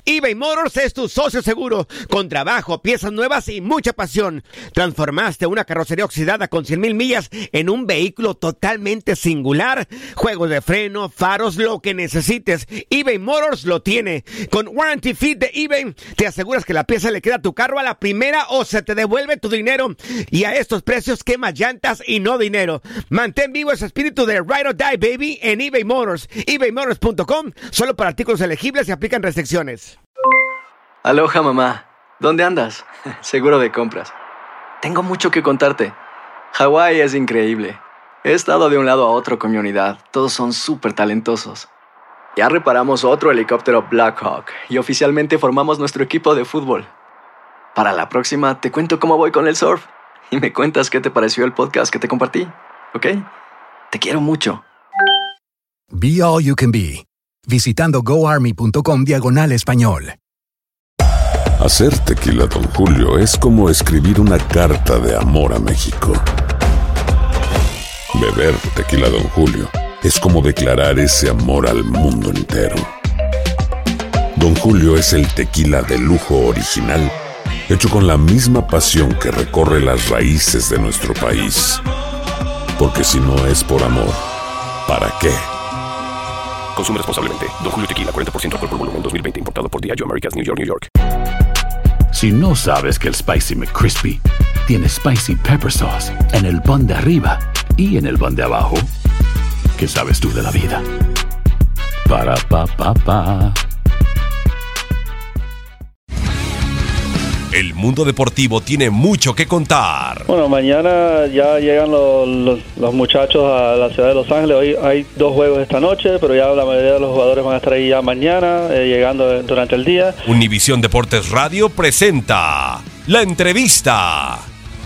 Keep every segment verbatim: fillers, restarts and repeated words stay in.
eBay Motors es tu socio seguro. Con trabajo, piezas nuevas y mucha pasión. Transformaste una carrocería oxidada con cien mil millas en un vehículo totalmente singular. Juegos de freno, faros, lo que necesites, eBay Motors lo tiene. Con Warranty Fit de eBay, te aseguras que la pieza le queda a tu carro a la primera o se te devuelve tu dinero. Y a estos precios, quema llantas y no dinero. Mantén vivo ese espíritu de Ride or Die, baby, en eBay Motors. ebay motors punto com. Solo para artículos elegibles y aplican restricciones. Aloha, mamá. ¿Dónde andas? Seguro de compras. Tengo mucho que contarte. Hawái es increíble. He estado de un lado a otro con mi unidad. Todos son súper talentosos. Ya reparamos otro helicóptero Blackhawk y oficialmente formamos nuestro equipo de fútbol. Para la próxima te cuento cómo voy con el surf y me cuentas qué te pareció el podcast que te compartí, ¿ok? Te quiero mucho. Be All You Can Be. Visitando goarmy.com diagonal español. Hacer tequila Don Julio es como escribir una carta de amor a México. Beber tequila Don Julio es como declarar ese amor al mundo entero. Don Julio es el tequila de lujo original, hecho con la misma pasión que recorre las raíces de nuestro país. Porque si no es por amor, ¿para qué? Consume responsablemente. Don Julio Tequila, cuarenta por ciento alcohol por volumen, dos mil veinte. Importado por Diageo Americas, New York, New York. Si no sabes que el Spicy McCrispy tiene Spicy Pepper Sauce en el pan de arriba y en el pan de abajo, ¿qué sabes tú de la vida? Para, pa, pa, pa. El mundo deportivo tiene mucho que contar. Bueno, mañana ya llegan los, los, los muchachos a la ciudad de Los Ángeles. Hoy hay dos juegos esta noche, pero ya la mayoría de los jugadores van a estar ahí ya mañana, eh, llegando durante el día. Univisión Deportes Radio presenta La Entrevista.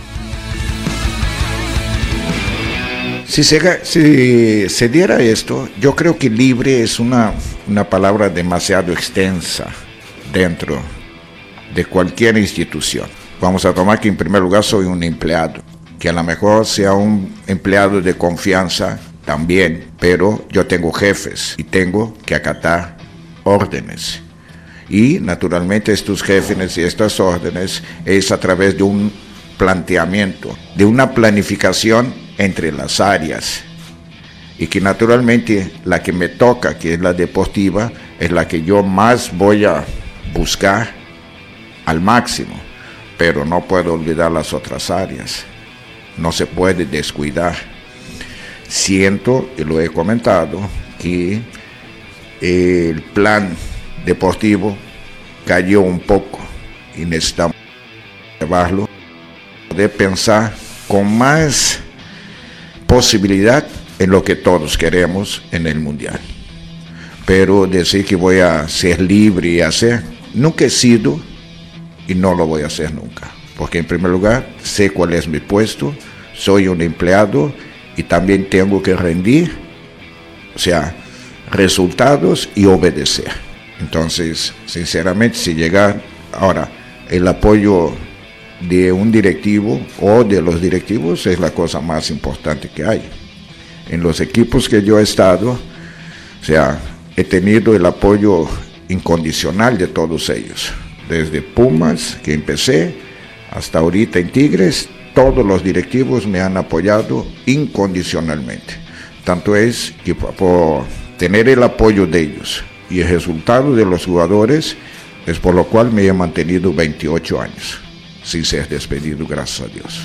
Si se, si se diera esto, yo creo que libre es una, una palabra demasiado extensa dentro de cualquier institución. Vamos a tomar que en primer lugar soy un empleado, que a lo mejor sea un empleado de confianza también, pero yo tengo jefes y tengo que acatar órdenes. Y naturalmente estos jefes y estas órdenes es a través de un planteamiento, de una planificación entre las áreas. Y que naturalmente la que me toca, que es la deportiva, es la que yo más voy a buscar al máximo, pero no puedo olvidar las otras áreas, no se puede descuidar. Siento, y lo he comentado, que el plan deportivo cayó un poco y necesitamos llevarlo, de pensar con más posibilidad en lo que todos queremos en el mundial. Pero decir que voy a ser libre y hacer, nunca he sido, y no lo voy a hacer nunca, porque en primer lugar sé cuál es mi puesto, soy un empleado y también tengo que rendir, o sea, resultados y obedecer. Entonces, sinceramente, si llegar ahora el apoyo de un directivo o de los directivos es la cosa más importante que hay. En los equipos que yo he estado, o sea, he tenido el apoyo incondicional de todos ellos. Desde Pumas, que empecé, hasta ahorita en Tigres, todos los directivos me han apoyado incondicionalmente. Tanto es que por tener el apoyo de ellos y el resultado de los jugadores, es por lo cual me he mantenido veintiocho años, sin ser despedido, gracias a Dios.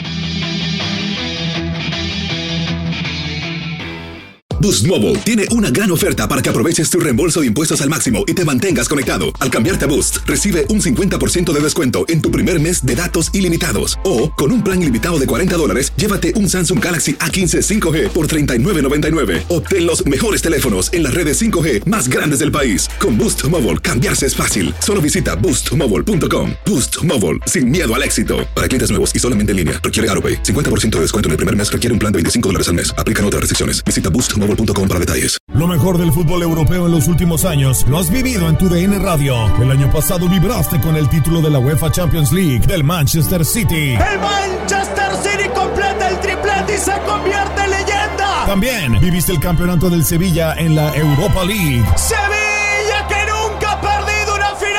Boost Mobile tiene una gran oferta para que aproveches tu reembolso de impuestos al máximo y te mantengas conectado. Al cambiarte a Boost, recibe un cincuenta por ciento de descuento en tu primer mes de datos ilimitados. O, con un plan ilimitado de cuarenta dólares, llévate un Samsung Galaxy A quince cinco G por treinta y nueve noventa y nueve. Obtén los mejores teléfonos en las redes cinco G más grandes del país. Con Boost Mobile, cambiarse es fácil. Solo visita boost mobile punto com. Boost Mobile, sin miedo al éxito. Para clientes nuevos y solamente en línea, requiere AutoPay. cincuenta por ciento de descuento en el primer mes, requiere un plan de veinticinco dólares al mes. Aplican otras restricciones. Visita boost mobile punto com para detalles. Lo mejor del fútbol europeo en los últimos años lo has vivido en tu D N Radio. El año pasado vibraste con el título de la UEFA Champions League del Manchester City. El Manchester City completa el triplete y se convierte en leyenda. También viviste el campeonato del Sevilla en la Europa League. Sevilla, que nunca ha perdido una final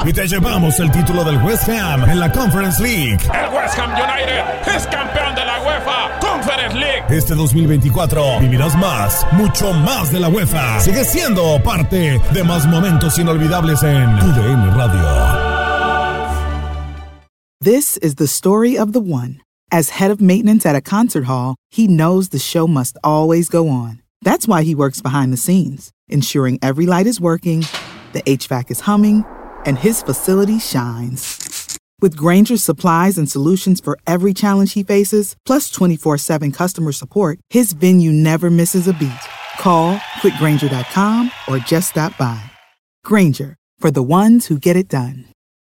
y te llevamos el título del West Ham en la Conference League. El West Ham United es campeón de la UEFA Conference League. Este dos mil veinticuatro vivirás más, mucho más de la UEFA. Sigue siendo parte de más momentos inolvidables en Tu D N Radio. This is the story of the one. As head of maintenance at a concert hall, he knows the show must always go on. That's why he works behind the scenes, ensuring every light is working, the H V A C is humming, and his facility shines. With Grainger's supplies and solutions for every challenge he faces, plus twenty-four seven customer support, his venue never misses a beat. Call quick grainger dot com or just stop by. Grainger, for the ones who get it done.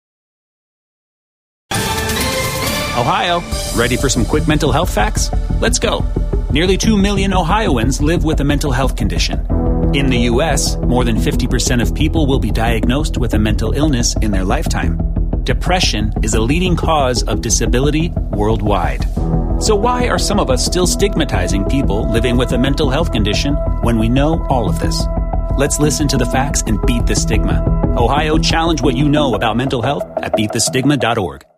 Ohio, ready for some quick mental health facts? Let's go. Nearly two million Ohioans live with a mental health condition. In the U S, more than fifty percent of people will be diagnosed with a mental illness in their lifetime. Depression is a leading cause of disability worldwide. So why are some of us still stigmatizing people living with a mental health condition when we know all of this? Let's listen to the facts and beat the stigma. Ohio, challenge what you know about mental health at beat the stigma dot org.